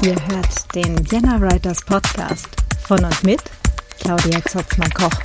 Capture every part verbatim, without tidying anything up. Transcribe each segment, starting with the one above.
Ihr hört den Vienna Writers Podcast von und mit Claudia Zotzmann-Koch.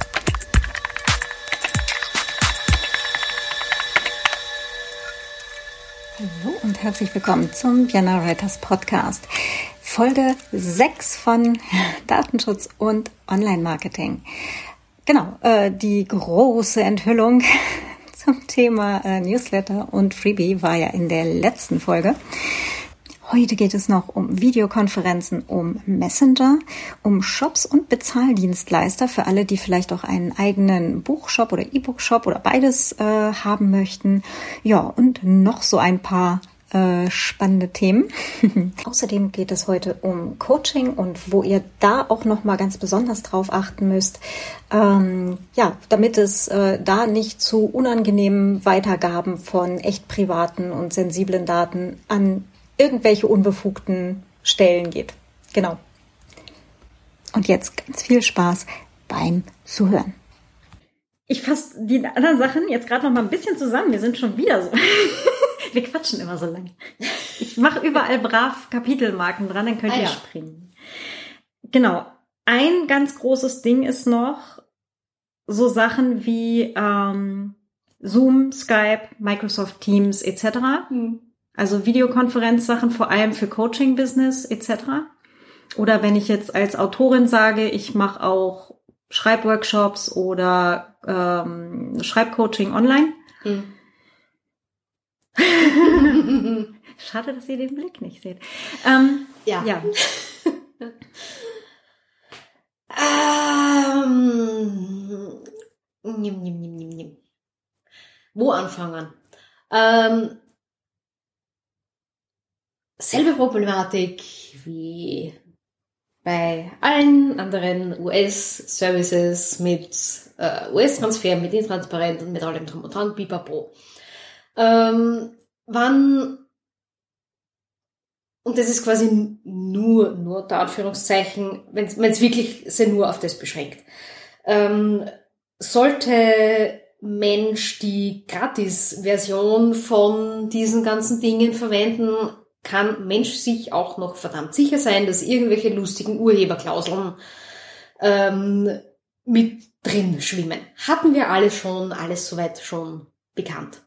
Hallo und herzlich willkommen zum Vienna Writers Podcast. Folge sechs von Datenschutz und Online-Marketing. Genau, äh, die große Enthüllung zum Thema äh, Newsletter und Freebie war ja in der letzten Folge. Heute geht es noch um Videokonferenzen, um Messenger, um Shops und Bezahldienstleister für alle, die vielleicht auch einen eigenen Buchshop oder E-Book-Shop oder beides äh, haben möchten. Ja, und noch so ein paar äh, spannende Themen. Außerdem geht es heute um Coaching und wo ihr da auch nochmal ganz besonders drauf achten müsst, ähm, ja, damit es äh, da nicht zu unangenehmen Weitergaben von echt privaten und sensiblen Daten an irgendwelche unbefugten Stellen geht. Genau. Und jetzt ganz viel Spaß beim Zuhören. Ich fasse die anderen Sachen jetzt gerade noch mal ein bisschen zusammen. Wir sind schon wieder so. Wir quatschen immer so lange. Ich mache überall brav Kapitelmarken dran, dann könnt ihr ah, ja. springen. Genau. Ein ganz großes Ding ist noch so Sachen wie ähm, Zoom, Skype, Microsoft Teams et cetera. Hm. Also Videokonferenzsachen, vor allem für Coaching-Business et cetera. Oder wenn ich jetzt als Autorin sage, ich mache auch Schreibworkshops oder ähm, Schreibcoaching online. Hm. Schade, dass ihr den Blick nicht seht. Ähm, ja. ja. ähm, nimm, nimm, nimm, nimm, nimm. Wo anfangen? Ähm, Selbe Problematik wie bei allen anderen U S-Services mit äh, U S-Transfer, mit Intransparent und mit allem drum und dran, pipapo. Ähm, wann, und das ist quasi nur, nur unter Anführungszeichen, wenn es wirklich sich nur auf das beschränkt, ähm, sollte Mensch die Gratis-Version von diesen ganzen Dingen verwenden, kann Mensch sich auch noch verdammt sicher sein, dass irgendwelche lustigen Urheberklauseln ähm, mit drin schwimmen. Hatten wir alles schon, alles soweit schon bekannt.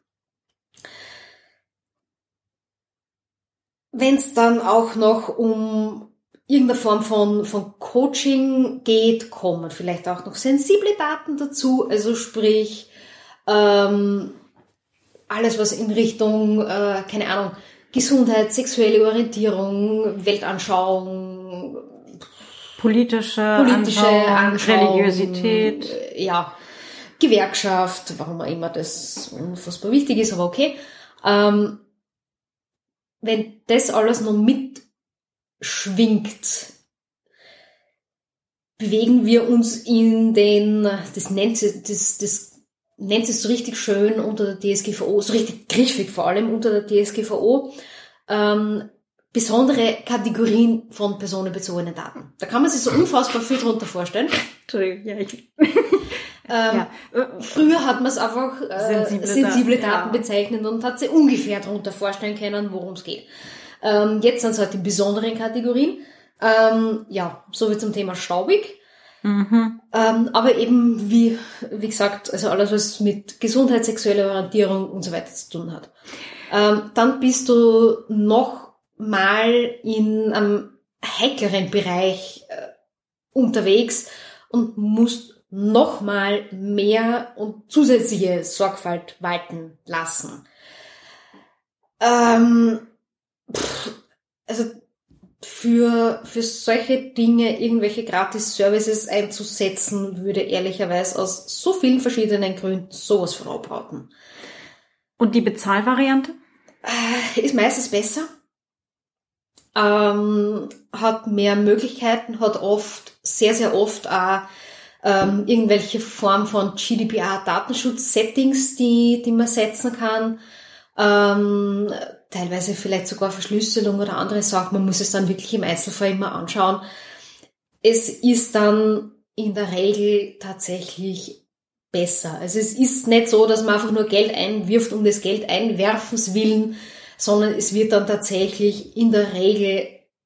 Wenn es dann auch noch um irgendeine Form von, von Coaching geht, kommen vielleicht auch noch sensible Daten dazu, also sprich ähm, alles, was in Richtung, äh, keine Ahnung, Gesundheit, sexuelle Orientierung, Weltanschauung, politische, politische Anschauung, Religiosität, ja, Gewerkschaft, warum auch immer das unfassbar wichtig ist, aber okay. Ähm, wenn das alles noch mitschwingt, bewegen wir uns in den, das nennt sich, das, das nennt es so richtig schön unter der D S G V O, so richtig griffig vor allem unter der D S G V O, ähm, besondere Kategorien von personenbezogenen Daten. Da kann man sich so unfassbar viel drunter vorstellen. Entschuldigung, ja, ich... ähm, ja. Früher hat man es einfach äh, sensible, sensible Daten, Daten ja. bezeichnet und hat sich ungefähr drunter vorstellen können, worum es geht. Ähm, jetzt sind es halt die besonderen Kategorien. Ähm, ja, so wie zum Thema staubig. Mhm. Ähm, aber eben, wie, wie gesagt, also alles, was mit Gesundheit, sexueller Orientierung und so weiter zu tun hat. Ähm, dann bist du noch mal in einem heikleren Bereich äh, unterwegs und musst noch mal mehr und zusätzliche Sorgfalt walten lassen. Ähm, pff, also Für, für solche Dinge irgendwelche Gratis-Services einzusetzen, würde ehrlicherweise aus so vielen verschiedenen Gründen sowas von abraten. Und die Bezahlvariante? Äh, ist meistens besser. Ähm, hat mehr Möglichkeiten, hat oft, sehr, sehr oft auch ähm, irgendwelche Form von G D P R-Datenschutz-Settings, die, die man setzen kann. Ähm, teilweise vielleicht sogar Verschlüsselung oder andere Sachen. Man muss es dann wirklich im Einzelfall immer anschauen. Es ist dann in der Regel tatsächlich besser. Also es ist nicht so, dass man einfach nur Geld einwirft um des Geld einwerfens willen, sondern es wird dann tatsächlich in der Regel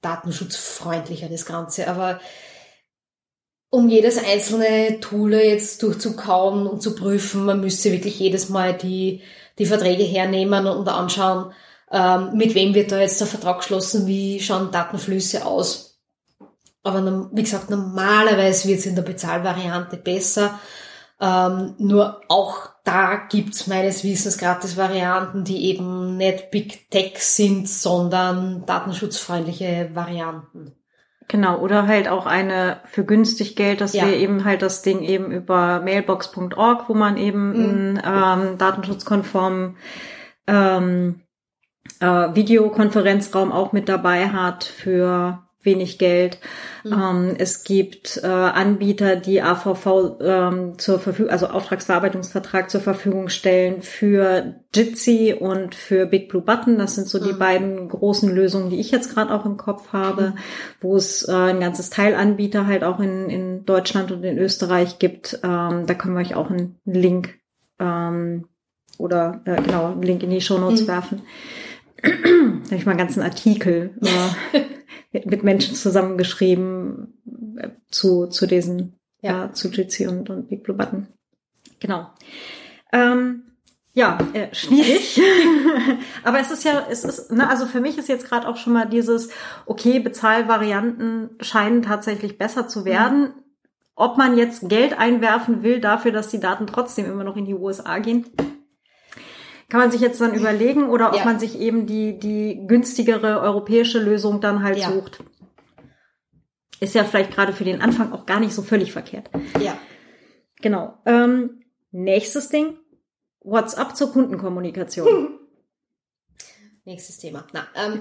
datenschutzfreundlicher, das Ganze. Aber um jedes einzelne Tool jetzt durchzukauen und zu prüfen, man müsste wirklich jedes Mal die, die Verträge hernehmen und anschauen, ähm, mit wem wird da jetzt der Vertrag geschlossen, wie schauen Datenflüsse aus. Aber wie gesagt, normalerweise wird es in der Bezahlvariante besser. Ähm, nur auch da gibt's meines Wissens Gratis-Varianten, die eben nicht Big Tech sind, sondern datenschutzfreundliche Varianten. Genau, oder halt auch eine für günstig Geld, dass ja. wir eben halt das Ding eben über mailbox Punkt org, wo man eben mhm. einen ähm, datenschutzkonformen ähm, äh, Videokonferenzraum auch mit dabei hat für wenig Geld. Mhm. Ähm, es gibt äh, Anbieter, die A V V ähm, zur Verfügung, also Auftragsverarbeitungsvertrag zur Verfügung stellen für Jitsi und für Big Blue Button. Das sind so mhm. die beiden großen Lösungen, die ich jetzt gerade auch im Kopf habe, mhm. wo es äh, ein ganzes Teilanbieter halt auch in, in Deutschland und in Österreich gibt. Ähm, da können wir euch auch einen Link ähm, oder äh, genau einen Link in die Shownotes mhm. werfen. Da habe ich mal einen ganzen Artikel äh, mit, mit Menschen zusammengeschrieben äh, zu zu diesen ja. äh, zu Jitsi und, und Big Blue Button. Genau. Ähm, ja, äh, schwierig. Aber es ist ja, es ist, ne, also für mich ist jetzt gerade auch schon mal dieses, okay, Bezahlvarianten scheinen tatsächlich besser zu werden. Mhm. Ob man jetzt Geld einwerfen will dafür, dass die Daten trotzdem immer noch in die U S A gehen, kann man sich jetzt dann überlegen, oder ob ja. man sich eben die die günstigere europäische Lösung dann halt ja. sucht. Ist ja vielleicht gerade für den Anfang auch gar nicht so völlig verkehrt. Ja. Genau. Ähm, nächstes Ding, WhatsApp zur Kundenkommunikation. Hm. Nächstes Thema. Na, ähm.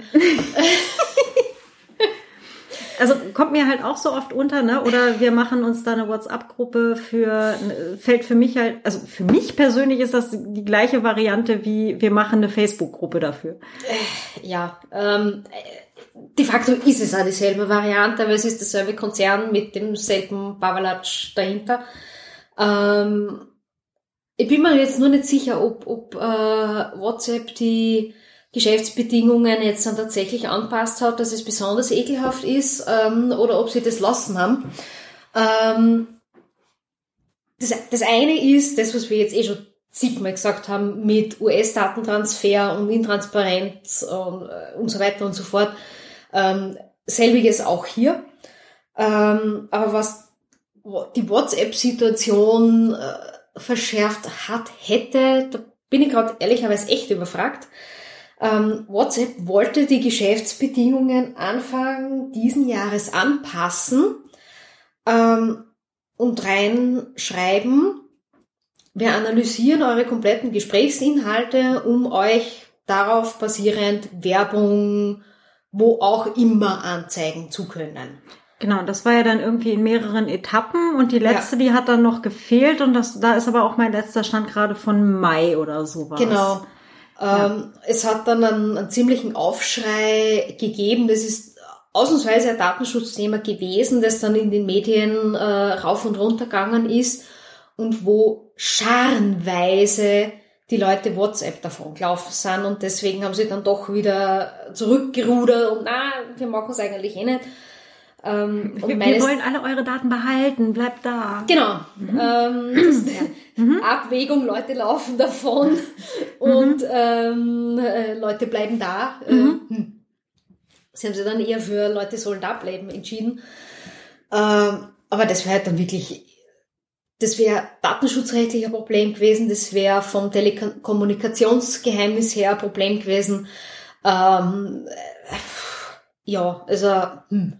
Also kommt mir halt auch so oft unter, ne? Oder wir machen uns da eine WhatsApp-Gruppe für, fällt für mich halt, also für mich persönlich ist das die gleiche Variante wie wir machen eine Facebook-Gruppe dafür. Ja, ähm, de facto ist es auch dieselbe Variante, aber es ist derselbe Konzern mit demselben Babalatsch dahinter. Ähm, ich bin mir jetzt nur nicht sicher, ob, ob äh, WhatsApp die Geschäftsbedingungen jetzt dann tatsächlich anpasst hat, dass es besonders ekelhaft ist, ähm, oder ob sie das lassen haben. Ähm, das, das eine ist, das, was wir jetzt eh schon zigmal gesagt haben, mit U S-Datentransfer und Intransparenz und, und so weiter und so fort. Ähm, selbiges auch hier. Ähm, aber was die WhatsApp-Situation äh, verschärft hat, hätte, da bin ich gerade ehrlicherweise echt überfragt. Ähm, WhatsApp wollte die Geschäftsbedingungen Anfang diesen Jahres anpassen ähm, und reinschreiben, wir analysieren eure kompletten Gesprächsinhalte, um euch darauf basierend Werbung, wo auch immer, anzeigen zu können. Genau, das war ja dann irgendwie in mehreren Etappen und die letzte, ja. die hat dann noch gefehlt und das, da ist aber auch mein letzter Stand gerade von Mai oder sowas. Genau. Ja. Ähm, es hat dann einen, einen ziemlichen Aufschrei gegeben. Das ist ausnahmsweise ein Datenschutzthema gewesen, das dann in den Medien äh, rauf und runter gegangen ist und wo scharenweise die Leute WhatsApp davon gelaufen sind und deswegen haben sie dann doch wieder zurückgerudert und na, wir machen es eigentlich eh nicht. Ähm, wir, wir wollen alle eure Daten behalten, bleibt da. Genau. Mhm. Ähm, das ja. mhm. Abwägung, Leute laufen davon und mhm. ähm, äh, Leute bleiben da. Mhm. Hm. Sie haben sich dann eher für Leute sollen da bleiben entschieden. Ähm, aber das wäre halt dann wirklich, das wäre datenschutzrechtlich ein Problem gewesen, das wäre vom Telekommunikationsgeheimnis her ein Problem gewesen. Ähm, äh, ja, also hm.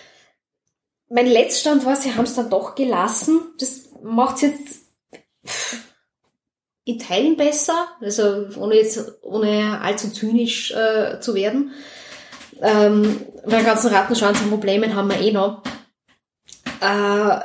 Mein Letztstand war, sie haben es dann doch gelassen. Das macht es jetzt in Teilen besser, also ohne jetzt ohne allzu zynisch äh, zu werden. Ähm, weil den ganzen Rattenschwanz an Problemen haben wir eh noch. Äh,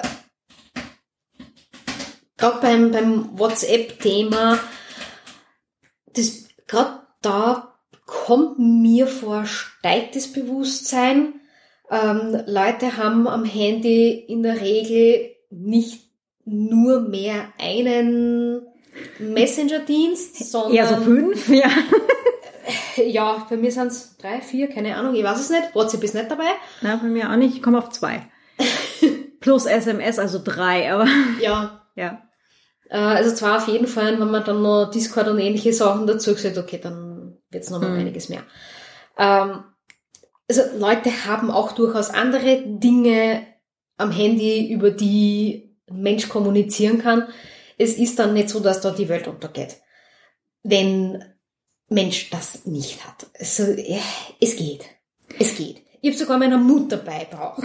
Gerade beim, beim WhatsApp-Thema, das gerade da kommt mir vor, steigt das Bewusstsein. Ähm, Leute haben am Handy in der Regel nicht nur mehr einen Messenger-Dienst, sondern eher so fünf, ja. Ja, bei mir sind es drei, vier, keine Ahnung, ich weiß es nicht. WhatsApp ist nicht dabei. Na, bei mir auch nicht, ich komme auf zwei. Plus S M S, also drei, aber... Ja. Ja. Äh, also zwar auf jeden Fall, wenn man dann noch Discord und ähnliche Sachen dazu gesagt, okay, dann wird es noch mal mhm. einiges mehr. Ähm, also Leute haben auch durchaus andere Dinge am Handy, über die ein Mensch kommunizieren kann. Es ist dann nicht so, dass da die Welt untergeht, wenn Mensch das nicht hat. Also, ja, es geht. Es geht. Ich habe sogar meiner Mutter beigebracht.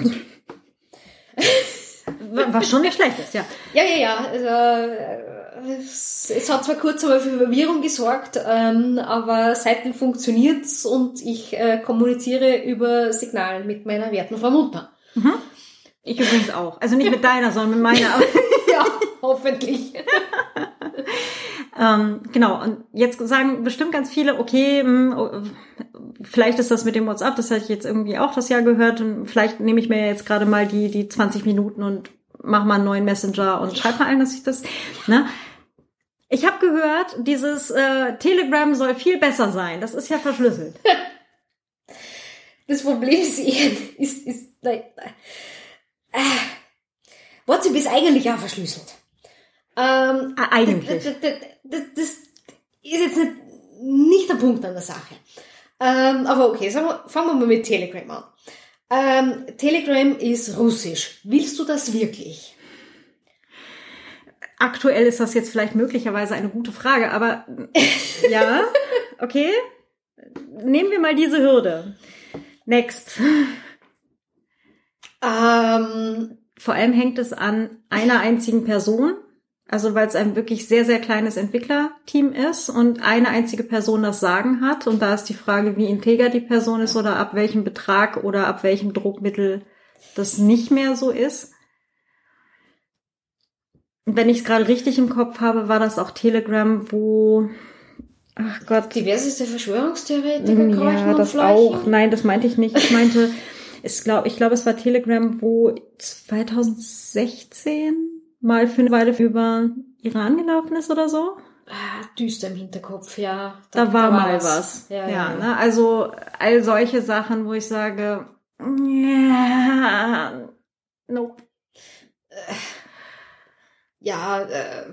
Was schon nicht schlecht ist, ja. Ja, ja, ja. Also, es, es hat zwar kurz einmal für Verwirrung gesorgt, ähm, aber seitdem funktioniert's und ich äh, kommuniziere über Signal mit meiner werten Frau Mutter. Mhm. Ich übrigens auch. Also nicht mit deiner, sondern mit meiner. Ja, hoffentlich. ähm, genau, und jetzt sagen bestimmt ganz viele, okay, mh, vielleicht ist das mit dem WhatsApp, das hatte ich jetzt irgendwie auch das Jahr gehört, und vielleicht nehme ich mir jetzt gerade mal die die zwanzig Minuten und mache mal einen neuen Messenger und schreibe mal ein, dass ich das... Ne? Ich habe gehört, dieses äh, Telegram soll viel besser sein. Das ist ja verschlüsselt. Das Problem ist, ist, ist like, äh, WhatsApp ist eigentlich auch verschlüsselt. Ähm, ah, eigentlich. Das, das, das, das ist jetzt nicht, nicht der Punkt an der Sache. Ähm, aber okay, sagen wir, fangen wir mal mit Telegram an. Ähm, Telegram ist russisch. Willst du das wirklich? Aktuell ist das jetzt vielleicht möglicherweise eine gute Frage, aber ja, okay. Nehmen wir mal diese Hürde. Next. Ähm, Vor allem hängt es an einer einzigen Person, also weil es ein wirklich sehr, sehr kleines Entwicklerteam ist und eine einzige Person das Sagen hat. Und da ist die Frage, wie integer die Person ist oder ab welchem Betrag oder ab welchem Druckmittel das nicht mehr so ist. Wenn ich es gerade richtig im Kopf habe, war das auch Telegram, wo... Ach Gott. Diverseste Verschwörungstheoretiker ja, das auch. Nein, das meinte ich nicht. Ich meinte, ich glaube, ich glaube, es war Telegram, wo zwanzig sechzehn mal für eine Weile über Iran gelaufen ist oder so. Ah, düster im Hinterkopf, ja. Da, da war da mal was. was. Ja, ja, ja, ja. Ne? Also all solche Sachen, wo ich sage, ja, nope. Ja, äh,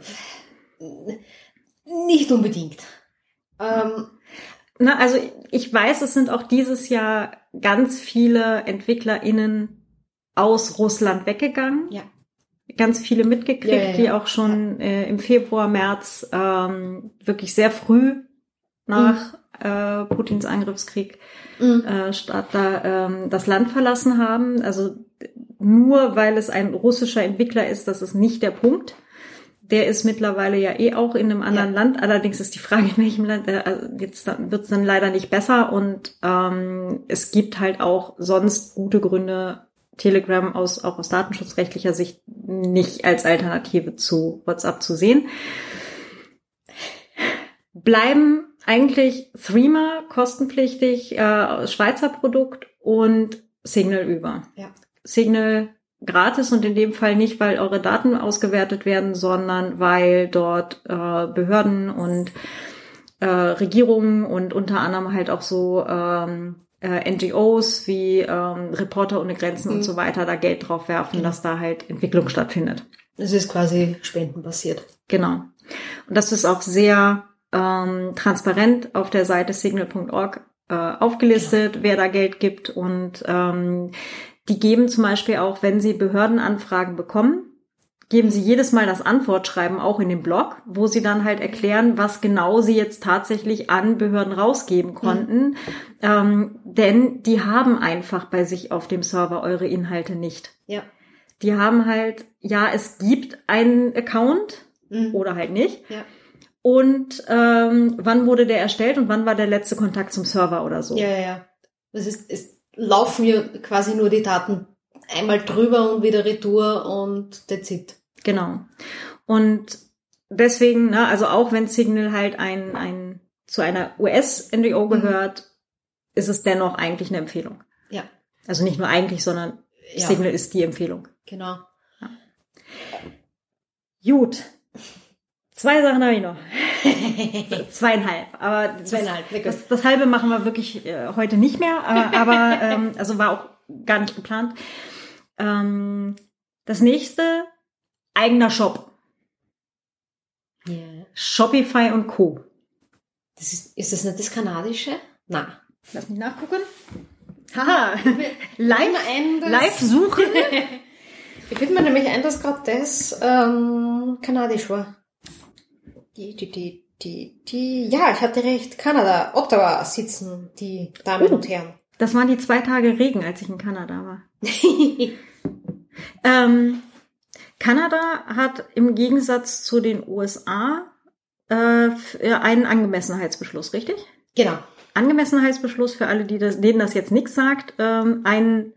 nicht unbedingt. Ähm, Na, also ich weiß, es sind auch dieses Jahr ganz viele EntwicklerInnen aus Russland weggegangen. Ja. Ganz viele mitgekriegt, ja, ja, ja. die auch schon ja. äh, im Februar, März ähm, wirklich sehr früh nach mhm. äh, Putins Angriffskrieg mhm. äh, Start da ähm, das Land verlassen haben. Also nur weil es ein russischer Entwickler ist, das ist nicht der Punkt. Der ist mittlerweile ja eh auch in einem anderen ja. Land. Allerdings ist die Frage, in welchem Land. Also jetzt wird es dann leider nicht besser. Und ähm, es gibt halt auch sonst gute Gründe, Telegram aus auch aus datenschutzrechtlicher Sicht nicht als Alternative zu WhatsApp zu sehen. Bleiben eigentlich Threema kostenpflichtig, äh, Schweizer Produkt und Signal über. Ja. Signal gratis und in dem Fall nicht, weil eure Daten ausgewertet werden, sondern weil dort äh, Behörden und äh, Regierungen und unter anderem halt auch so ähm, äh, N G Os wie ähm, Reporter ohne Grenzen mhm. und so weiter da Geld drauf werfen, mhm. dass da halt Entwicklung stattfindet. Es ist quasi spendenbasiert. Genau. Und das ist auch sehr ähm, transparent auf der Seite signal punkt org äh, aufgelistet, genau. wer da Geld gibt und ähm, die geben zum Beispiel auch, wenn sie Behördenanfragen bekommen, geben sie jedes Mal das Antwortschreiben auch in den Blog, wo sie dann halt erklären, was genau sie jetzt tatsächlich an Behörden rausgeben konnten. Mhm. Ähm, denn die haben einfach bei sich auf dem Server eure Inhalte nicht. Ja. Die haben halt, ja, es gibt einen Account mhm. oder halt nicht. Ja. Und ähm, wann wurde der erstellt und wann war der letzte Kontakt zum Server oder so. Ja, ja, ja. Das ist, ist laufen wir quasi nur die Daten einmal drüber und wieder retour und that's it. Genau. Und deswegen, ne, also auch wenn Signal halt ein, ein zu einer U S-N G O gehört, mhm. ist es dennoch eigentlich eine Empfehlung. Ja. Also nicht nur eigentlich, sondern ja. Signal ist die Empfehlung. Genau. Ja. Gut. Zwei Sachen habe ich noch. Zweieinhalb. Aber Zweieinhalb, das, das, das halbe machen wir wirklich äh, heute nicht mehr. Aber, aber ähm, also war auch gar nicht geplant. Ähm, das nächste, eigener Shop. Yeah. Shopify und Co. Das ist, ist das nicht das Kanadische? Nein. Lass mich nachgucken. Haha, live, live suchen. Ich bitte mir nämlich ein, dass gerade das ähm, kanadisch war. Die, die, die, die, die, ja, ich hatte recht. Kanada, Ottawa sitzen die Damen oh, und Herren. Das waren die zwei Tage Regen, als ich in Kanada war. ähm, Kanada hat im Gegensatz zu den U S A äh, einen Angemessenheitsbeschluss, richtig? Genau. Angemessenheitsbeschluss für alle, die das, denen das jetzt nichts sagt. Ähm, ein,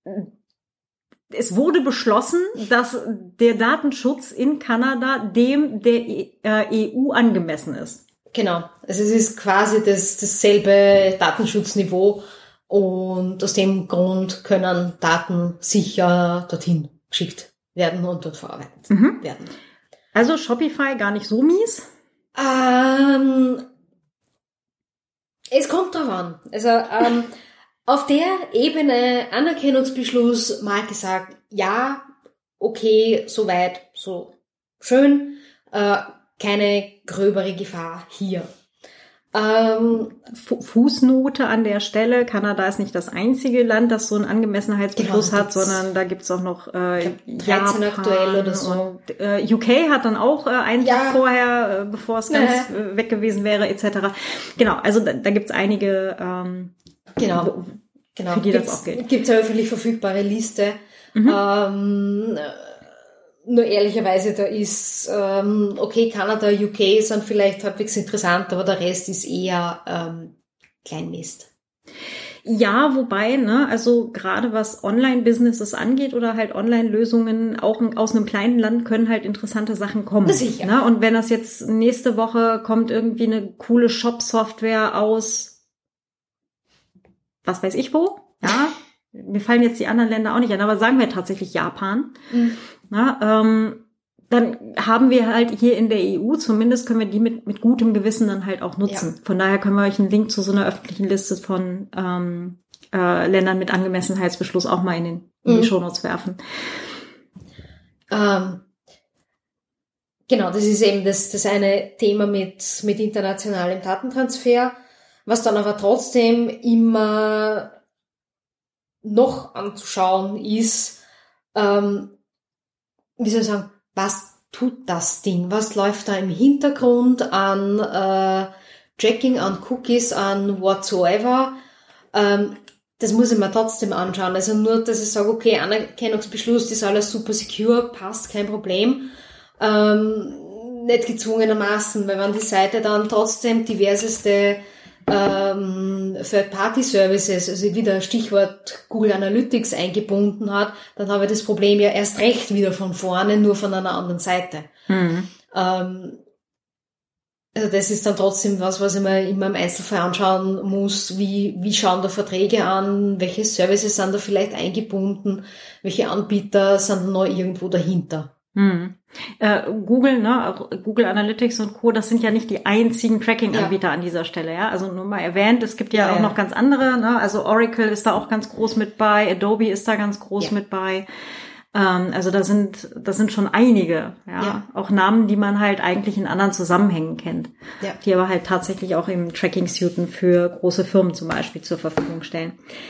es wurde beschlossen, dass der Datenschutz in Kanada dem der E U angemessen ist. Genau. Also es ist quasi das, dasselbe Datenschutzniveau und aus dem Grund können Daten sicher dorthin geschickt werden und dort verarbeitet mhm. werden. Also Shopify gar nicht so mies? Ähm, es kommt drauf an. Also ähm, auf der Ebene Anerkennungsbeschluss mal gesagt, ja, okay, soweit, so schön, äh, keine gröbere Gefahr hier. Ähm, Fußnote an der Stelle, Kanada ist nicht das einzige Land, das so einen Angemessenheitsbeschluss genau, hat, sondern da gibt's auch noch äh, dreizehn aktuell oder so. Und, äh, U K hat dann auch äh, einen ja. Tag vorher, äh, bevor es ganz ja. äh, weg gewesen wäre, et cetera. Genau, also da, da gibt's einige, ähm, genau. Wo, genau. für die gibt's, das auch gilt. Gibt's eine öffentlich verfügbare Liste. Mhm. Ähm, Nur ehrlicherweise, da ist, ähm, okay, Kanada, U K sind vielleicht halbwegs interessant, aber der Rest ist eher ähm, Kleinmist. Ja, wobei, ne, also gerade was Online-Businesses angeht oder halt Online-Lösungen, auch aus einem kleinen Land können halt interessante Sachen kommen. Das sicher. Ne? Und wenn das jetzt nächste Woche kommt irgendwie eine coole Shop-Software aus, was weiß ich wo, ja, mir fallen jetzt die anderen Länder auch nicht ein, aber sagen wir tatsächlich Japan. Mhm. Na, ähm, dann haben wir halt hier in der E U, zumindest können wir die mit, mit gutem Gewissen dann halt auch nutzen. Ja. Von daher können wir euch einen Link zu so einer öffentlichen Liste von ähm, äh, Ländern mit Angemessenheitsbeschluss auch mal in, den, in die mhm. Shownotes werfen. Ähm, genau, das ist eben das, das eine Thema mit, mit internationalem Datentransfer, was dann aber trotzdem immer noch anzuschauen ist, ähm, wie soll ich sagen, was tut das Ding? Was läuft da im Hintergrund an äh, Tracking, an Cookies, an whatsoever? Ähm, das muss ich mir trotzdem anschauen. Also nur, dass ich sage, okay, Anerkennungsbeschluss, das ist alles super secure, passt, kein Problem. Ähm, nicht gezwungenermaßen, weil wenn die Seite dann trotzdem diverseste ähm, Third-Party-Services, also wieder Stichwort Google Analytics eingebunden hat, dann habe ich das Problem ja erst recht wieder von vorne, nur von einer anderen Seite. Mhm. Ähm, also das ist dann trotzdem was, was ich mir immer im Einzelfall anschauen muss, wie, wie schauen da Verträge an, welche Services sind da vielleicht eingebunden, welche Anbieter sind da noch irgendwo dahinter. Hm. Äh, Google, ne, Google Analytics und Co., das sind ja nicht die einzigen Tracking-Anbieter ja. an dieser Stelle, ja. Also nur mal erwähnt, es gibt ja, ja auch ja. noch ganz andere, ne. Also Oracle ist da auch ganz groß mit bei, Adobe ist da ganz groß ja. mit bei. Ähm, also da sind, das sind schon einige, ja? ja. Auch Namen, die man halt eigentlich in anderen Zusammenhängen kennt. Ja. Die aber halt tatsächlich auch im Tracking-Suiten für große Firmen zum Beispiel zur Verfügung stellen.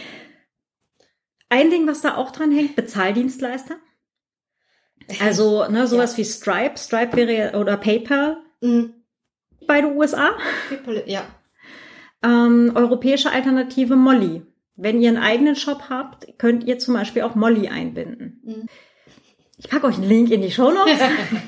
Ein Ding, was da auch dran hängt, Bezahldienstleister. Also, ne, sowas ja. wie Stripe. Stripe wäre, oder PayPal. Mhm. Bei den U S A. PayPal, ja. Ähm, europäische Alternative Molly. Wenn ihr einen eigenen Shop habt, könnt ihr zum Beispiel auch Molly einbinden. Mhm. Ich packe euch einen Link in die Shownotes.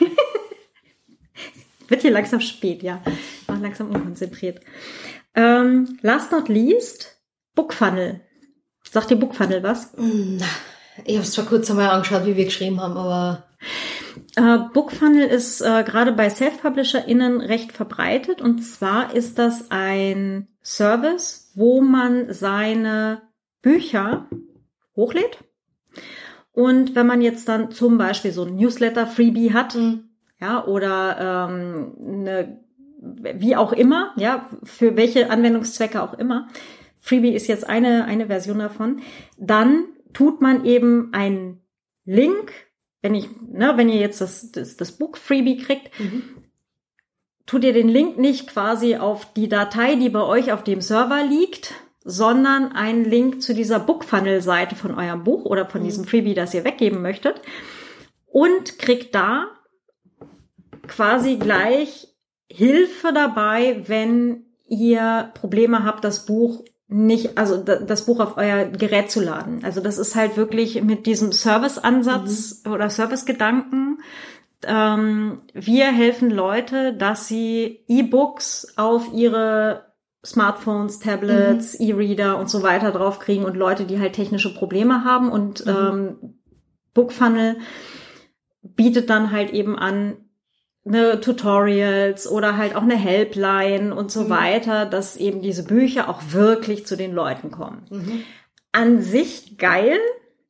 Wird hier langsam spät, ja. Ich war langsam unkonzentriert. Ähm, last not least, BookFunnel. Sagt dir BookFunnel was? Ich habe es zwar kurz einmal angeschaut, wie wir geschrieben haben, aber... Äh, BookFunnel ist äh, gerade bei Self-PublisherInnen recht verbreitet. Und zwar ist das ein Service, wo man seine Bücher hochlädt. Und wenn man jetzt dann zum Beispiel so ein Newsletter-Freebie hat, mhm. ja, oder ähm, eine wie auch immer, ja, für welche Anwendungszwecke auch immer. Freebie ist jetzt eine, eine Version davon. Dann tut man eben einen Link, wenn ich, ne, wenn ihr jetzt das, das, das Book Freebie kriegt, mhm. tut ihr den Link nicht quasi auf die Datei, die bei euch auf dem Server liegt, sondern einen Link zu dieser Bookfunnel-Seite von eurem Buch oder von mhm. diesem Freebie, das ihr weggeben möchtet, und kriegt da quasi gleich Hilfe dabei, wenn ihr Probleme habt, das Buch nicht, also das Buch auf euer Gerät zu laden. Also das ist halt wirklich mit diesem Service-Ansatz mhm. oder Service-Gedanken. Ähm, wir helfen Leute, dass sie E-Books auf ihre Smartphones, Tablets, mhm. E-Reader und so weiter draufkriegen und Leute, die halt technische Probleme haben. Und mhm. ähm, Bookfunnel bietet dann halt eben an, ne, Tutorials oder halt auch eine Helpline und so mhm. weiter, dass eben diese Bücher auch wirklich zu den Leuten kommen. Mhm. An sich geil,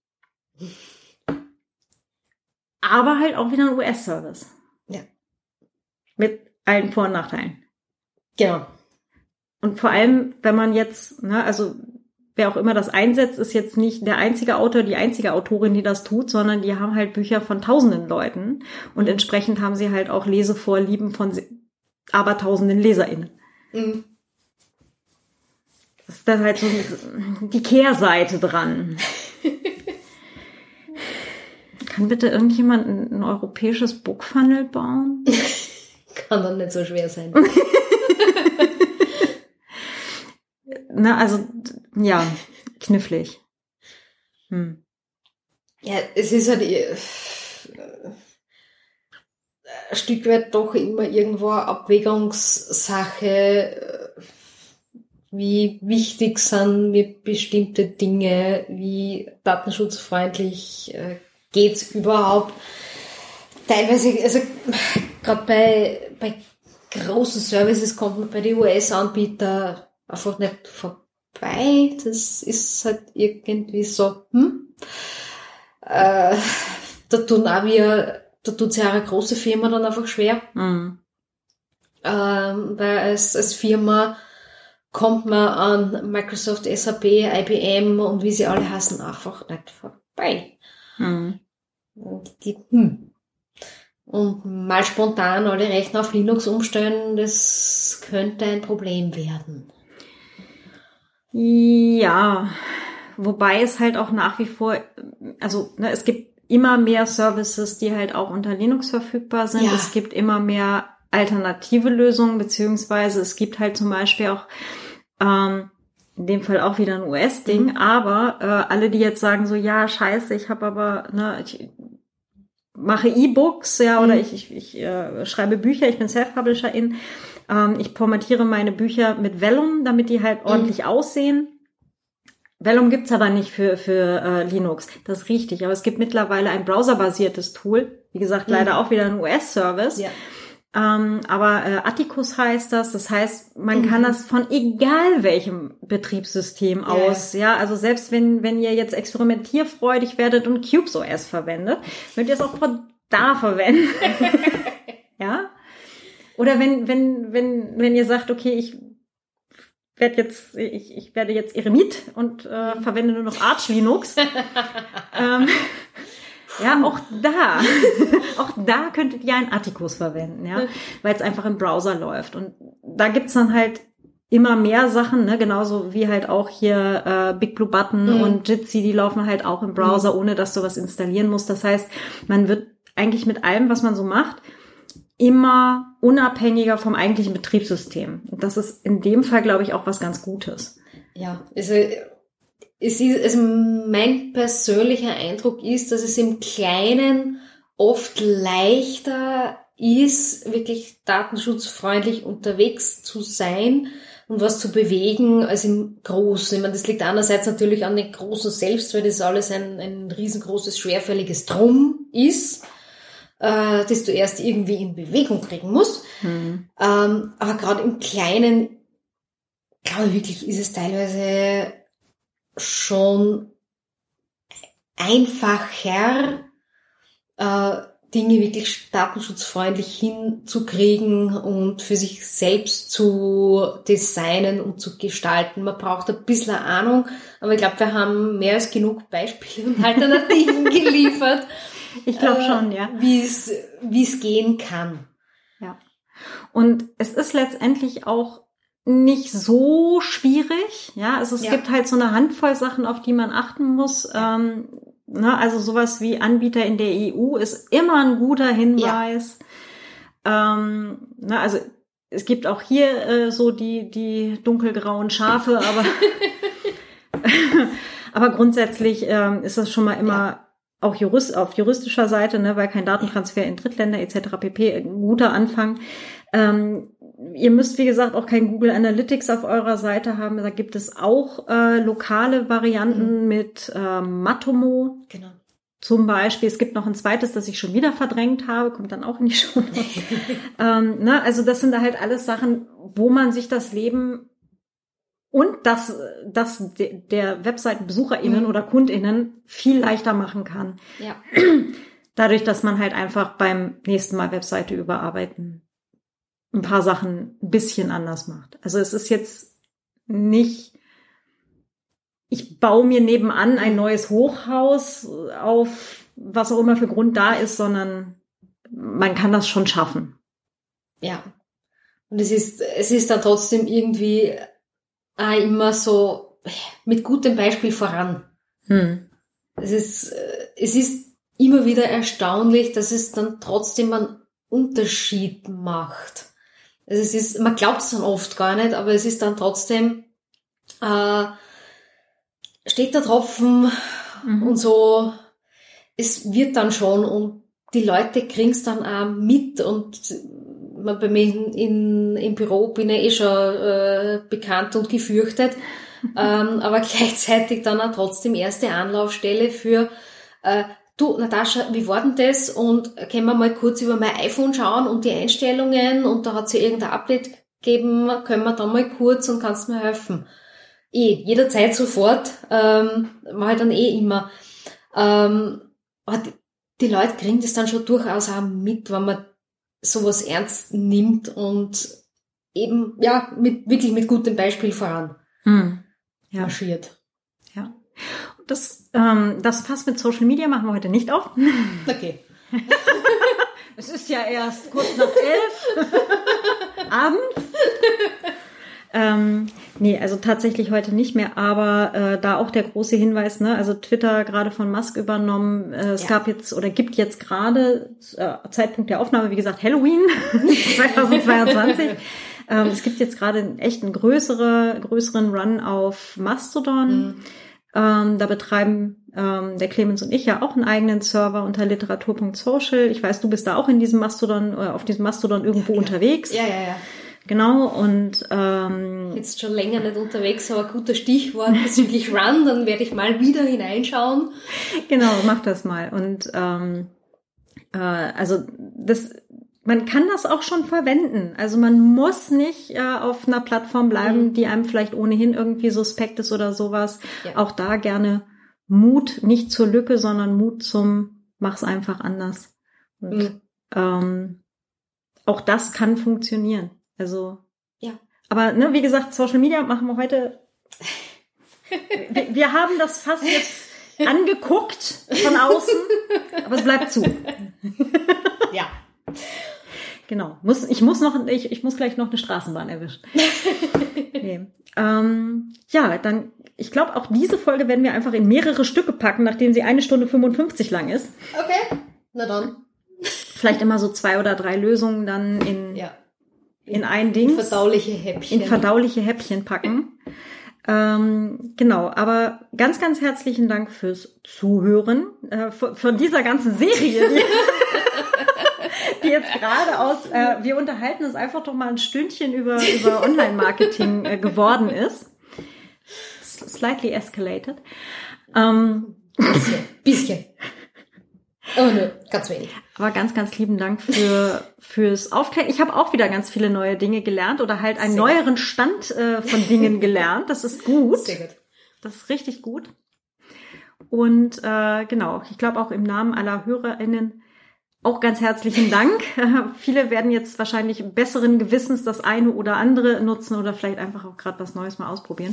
aber halt auch wieder ein U S-Service. Ja. Mit allen Vor- und Nachteilen. Genau. Und vor allem, wenn man jetzt, ne, also wer auch immer das einsetzt, ist jetzt nicht der einzige Autor, die einzige Autorin, die das tut, sondern die haben halt Bücher von tausenden Leuten und entsprechend haben sie halt auch Lesevorlieben von abertausenden LeserInnen. Mhm. Das ist dann halt so die Kehrseite dran. Kann bitte irgendjemand ein, ein europäisches Bookfunnel bauen? Kann doch nicht so schwer sein. Na, also, ja, knifflig. Hm. Ja, es ist halt äh, ein Stück weit doch immer irgendwo eine Abwägungssache, wie wichtig sind mir bestimmte Dinge, wie datenschutzfreundlich äh, geht's überhaupt. Teilweise, also gerade bei, bei großen Services kommt man bei den U S-Anbietern einfach nicht vorbei. Das ist halt irgendwie so, hm. Äh, da tun auch wir, da tut sich auch eine große Firma dann einfach schwer. Mhm. Ähm, weil als, als Firma kommt man an Microsoft, S A P, I B M und wie sie alle heißen einfach nicht vorbei. Mhm. Und die, hm. Und mal spontan alle Rechner auf Linux umstellen, das könnte ein Problem werden. Ja, wobei es halt auch nach wie vor, also ne, es gibt immer mehr Services, die halt auch unter Linux verfügbar sind. Ja. Es gibt immer mehr alternative Lösungen, beziehungsweise es gibt halt zum Beispiel auch ähm, in dem Fall auch wieder ein U S-Ding, mhm. aber äh, alle, die jetzt sagen so, ja, scheiße, ich habe aber, ne, ich mache E-Books, ja, oder mhm. ich, ich, ich äh, schreibe Bücher, ich bin Self-Publisherin, ähm, ich formatiere meine Bücher mit Vellum, damit die halt ordentlich mhm. aussehen. Vellum gibt's aber nicht für für äh, Linux, das ist richtig, aber es gibt mittlerweile ein browserbasiertes Tool, wie gesagt, mhm. leider auch wieder ein U S-Service, ja. ähm, aber äh, Atticus heißt das, das heißt, man mhm. kann das von egal welchem Betriebssystem ja. aus, ja, also selbst wenn wenn ihr jetzt experimentierfreudig werdet und CubesOS verwendet, könnt ihr es auch von da verwenden, ja, oder wenn wenn wenn wenn ihr sagt, okay, ich werde jetzt, ich, ich werde jetzt Eremit und äh, verwende nur noch Arch Linux. ähm, ja, auch da, auch da könntet ihr einen Atticus verwenden, ja, weil es einfach im Browser läuft. Und da gibt's dann halt immer mehr Sachen, ne, genauso wie halt auch hier äh, Big Blue Button mhm. und Jitsi, die laufen halt auch im Browser, mhm. ohne dass du was installieren musst. Das heißt, man wird eigentlich mit allem, was man so macht, immer unabhängiger vom eigentlichen Betriebssystem. Und das ist in dem Fall, glaube ich, auch was ganz Gutes. Ja, also, es ist, also mein persönlicher Eindruck ist, dass es im Kleinen oft leichter ist, wirklich datenschutzfreundlich unterwegs zu sein und was zu bewegen, als im Großen. Ich meine, das liegt einerseits natürlich an den Großen selbst, weil das alles ein, ein riesengroßes, schwerfälliges Drum ist, Äh, das du erst irgendwie in Bewegung kriegen musst. Mhm. Ähm, aber gerade im Kleinen, glaube ich wirklich, ist es teilweise schon einfacher, äh, Dinge wirklich datenschutzfreundlich hinzukriegen und für sich selbst zu designen und zu gestalten. Man braucht ein bisschen Ahnung, aber ich glaube, wir haben mehr als genug Beispiele und Alternativen geliefert. Ich glaube schon, ja. Wie es, wie es gehen kann. Ja. Und es ist letztendlich auch nicht so schwierig. Ja, also es ja. gibt halt so eine Handvoll Sachen, auf die man achten muss. Ähm, ne, also sowas wie Anbieter in der E U ist immer ein guter Hinweis. Ja. Ähm, ne, also es gibt auch hier äh, so die die dunkelgrauen Schafe, aber aber grundsätzlich ähm, ist das schon mal immer ja. auch Jurist, auf juristischer Seite, ne, weil kein Datentransfer in Drittländer et cetera pp. Ein guter Anfang. Ähm, ihr müsst, wie gesagt, auch kein Google Analytics auf eurer Seite haben. Da gibt es auch äh, lokale Varianten mhm. mit äh, Matomo. Genau. Zum Beispiel. Es gibt noch ein zweites, das ich schon wieder verdrängt habe, kommt dann auch in die Show. ähm, ne, also das sind halt alles Sachen, wo man sich das Leben und das, das de, der Webseitenbesucherinnen mhm. oder KundInnen viel leichter machen kann. Ja. Dadurch, dass man halt einfach beim nächsten Mal Webseite überarbeiten ein paar Sachen ein bisschen anders macht. Also es ist jetzt nicht, ich baue mir nebenan ein neues Hochhaus auf was auch immer für Grund da ist, sondern man kann das schon schaffen. Ja. Und es ist, es ist dann trotzdem irgendwie auch immer so mit gutem Beispiel voran. Hm. Es ist, es ist immer wieder erstaunlich, dass es dann trotzdem einen Unterschied macht. Also es ist, man glaubt es dann oft gar nicht, aber es ist dann trotzdem, äh, steht der Tropfen mhm. und so, es wird dann schon und die Leute kriegen es dann auch mit und bei mir in, in, im Büro bin ich eh schon äh, bekannt und gefürchtet, ähm, aber gleichzeitig dann auch trotzdem erste Anlaufstelle für äh, du, Natascha, wie war denn das? Und können wir mal kurz über mein iPhone schauen und die Einstellungen und da hat sie irgendein Update gegeben, können wir da mal kurz und kannst mir helfen? Eh, jederzeit sofort, ähm, mache ich dann eh immer. Ähm, aber die, die Leute kriegen das dann schon durchaus auch mit, wenn man sowas ernst nimmt und eben, ja, mit, wirklich mit gutem Beispiel voran hm. ja. marschiert. Ja. Das, ähm, das Fass mit Social Media machen wir heute nicht auf. Okay. Es ist ja erst kurz nach elf abends. Ähm, nee, also tatsächlich heute nicht mehr, aber äh, da auch der große Hinweis, ne, also Twitter gerade von Musk übernommen, äh, es ja. gab jetzt oder gibt jetzt gerade, äh, Zeitpunkt der Aufnahme, wie gesagt, Halloween zweitausendzweiundzwanzig. ähm, es gibt jetzt gerade einen echt einen größere, größeren Run auf Mastodon. Mhm. Ähm, da betreiben ähm, der Clemens und ich ja auch einen eigenen Server unter literatur punkt social. Ich weiß, du bist da auch in diesem Mastodon, äh, auf diesem Mastodon irgendwo ja, unterwegs. Ja, ja, ja. Genau, und ähm, jetzt schon länger nicht unterwegs, aber guter Stichwort bezüglich Run, dann werde ich mal wieder hineinschauen. Genau, mach das mal. Und ähm, äh, also das, man kann das auch schon verwenden. Also man muss nicht äh, auf einer Plattform bleiben, mhm. die einem vielleicht ohnehin irgendwie suspekt ist oder sowas. Ja. Auch da gerne Mut, nicht zur Lücke, sondern Mut zum mach's einfach anders. Und mhm. ähm, auch das kann funktionieren. Also, ja. Aber, ne, wie gesagt, Social Media machen wir heute. wir, wir haben das Fass jetzt angeguckt von außen, aber es bleibt zu. Ja. Genau. Muss, ich muss noch, ich, ich muss gleich noch eine Straßenbahn erwischen. Nee. Ähm, ja, dann, ich glaube, auch diese Folge werden wir einfach in mehrere Stücke packen, nachdem sie eine Stunde fünfundfünfzig lang ist. Okay. Na dann. Vielleicht immer so zwei oder drei Lösungen dann in, ja. in ein Ding. In verdauliche Häppchen. In verdauliche Häppchen packen. ähm, genau, aber ganz, ganz herzlichen Dank fürs Zuhören, äh, von, von dieser ganzen Serie, die, die jetzt gerade aus, äh, wir unterhalten uns einfach doch mal ein Stündchen über, über Online-Marketing äh, geworden ist. Slightly escalated. Ähm, bisschen, bisschen. Oh nö, ganz wenig. Aber ganz, ganz lieben Dank für fürs Aufklären. Ich habe auch wieder ganz viele neue Dinge gelernt oder halt einen Sehr neueren gut. Stand äh, von Dingen gelernt. Das ist gut. Sehr gut. Das ist richtig gut. Und äh, genau, ich glaube auch im Namen aller HörerInnen auch ganz herzlichen Dank. Viele werden jetzt wahrscheinlich besseren Gewissens das eine oder andere nutzen oder vielleicht einfach auch gerade was Neues mal ausprobieren.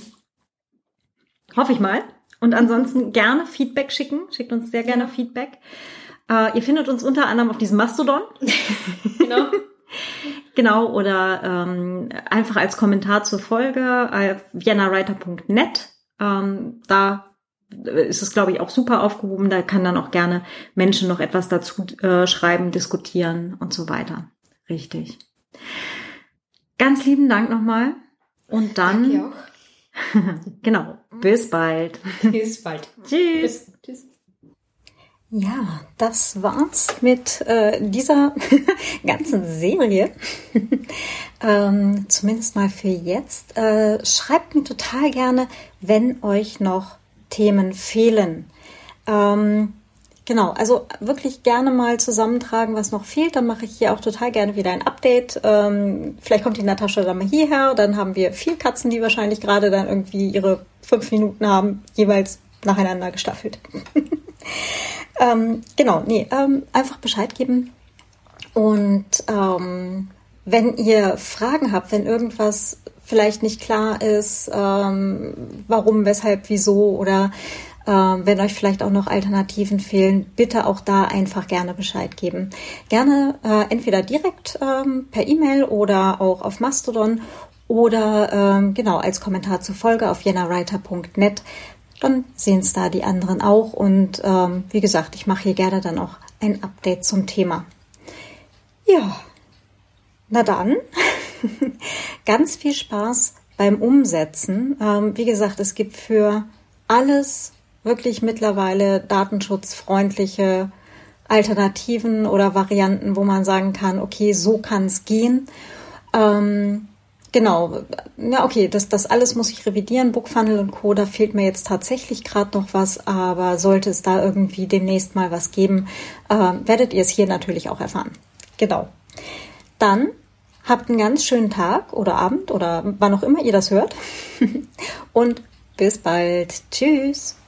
Hoffe ich mal. Und ansonsten gerne Feedback schicken. Schickt uns sehr gerne ja. Feedback. Äh, ihr findet uns unter anderem auf diesem Mastodon. Genau. Genau, oder ähm, einfach als Kommentar zur Folge auf vienna writer punkt net. Ähm, da ist es, glaube ich, auch super aufgehoben. Da kann dann auch gerne Menschen noch etwas dazu äh, schreiben, diskutieren und so weiter. Richtig. Ganz lieben Dank nochmal. Und dann... Danke auch. Genau. Bis bald. Bis bald. Tschüss. Tschüss. Ja, das war's mit äh, dieser ganzen Serie. ähm, zumindest mal für jetzt. Äh, schreibt mir total gerne, wenn euch noch Themen fehlen. Ähm, genau, also wirklich gerne mal zusammentragen, was noch fehlt. Dann mache ich hier auch total gerne wieder ein Update. Ähm, vielleicht kommt die Natascha dann mal hierher. Dann haben wir vier Katzen, die wahrscheinlich gerade dann irgendwie ihre fünf Minuten haben, jeweils nacheinander gestaffelt. ähm, genau, nee, ähm, einfach Bescheid geben. Und ähm, wenn ihr Fragen habt, wenn irgendwas vielleicht nicht klar ist, ähm, warum, weshalb, wieso oder äh, wenn euch vielleicht auch noch Alternativen fehlen, bitte auch da einfach gerne Bescheid geben. Gerne äh, entweder direkt ähm, per E-Mail oder auch auf Mastodon oder ähm, genau als Kommentar zur Folge auf vienna writer punkt net. Dann sehen es da die anderen auch und ähm, wie gesagt, ich mache hier gerne dann auch ein Update zum Thema. Ja, na dann, ganz viel Spaß beim Umsetzen. Ähm, wie gesagt, es gibt für alles wirklich mittlerweile datenschutzfreundliche Alternativen oder Varianten, wo man sagen kann, okay, so kann es gehen. Ähm, Genau, ja okay, das, das alles muss ich revidieren, Bookfunnel und Co., da fehlt mir jetzt tatsächlich gerade noch was, aber sollte es da irgendwie demnächst mal was geben, äh, werdet ihr es hier natürlich auch erfahren. Genau. Dann habt einen ganz schönen Tag oder Abend oder wann auch immer ihr das hört und bis bald. Tschüss.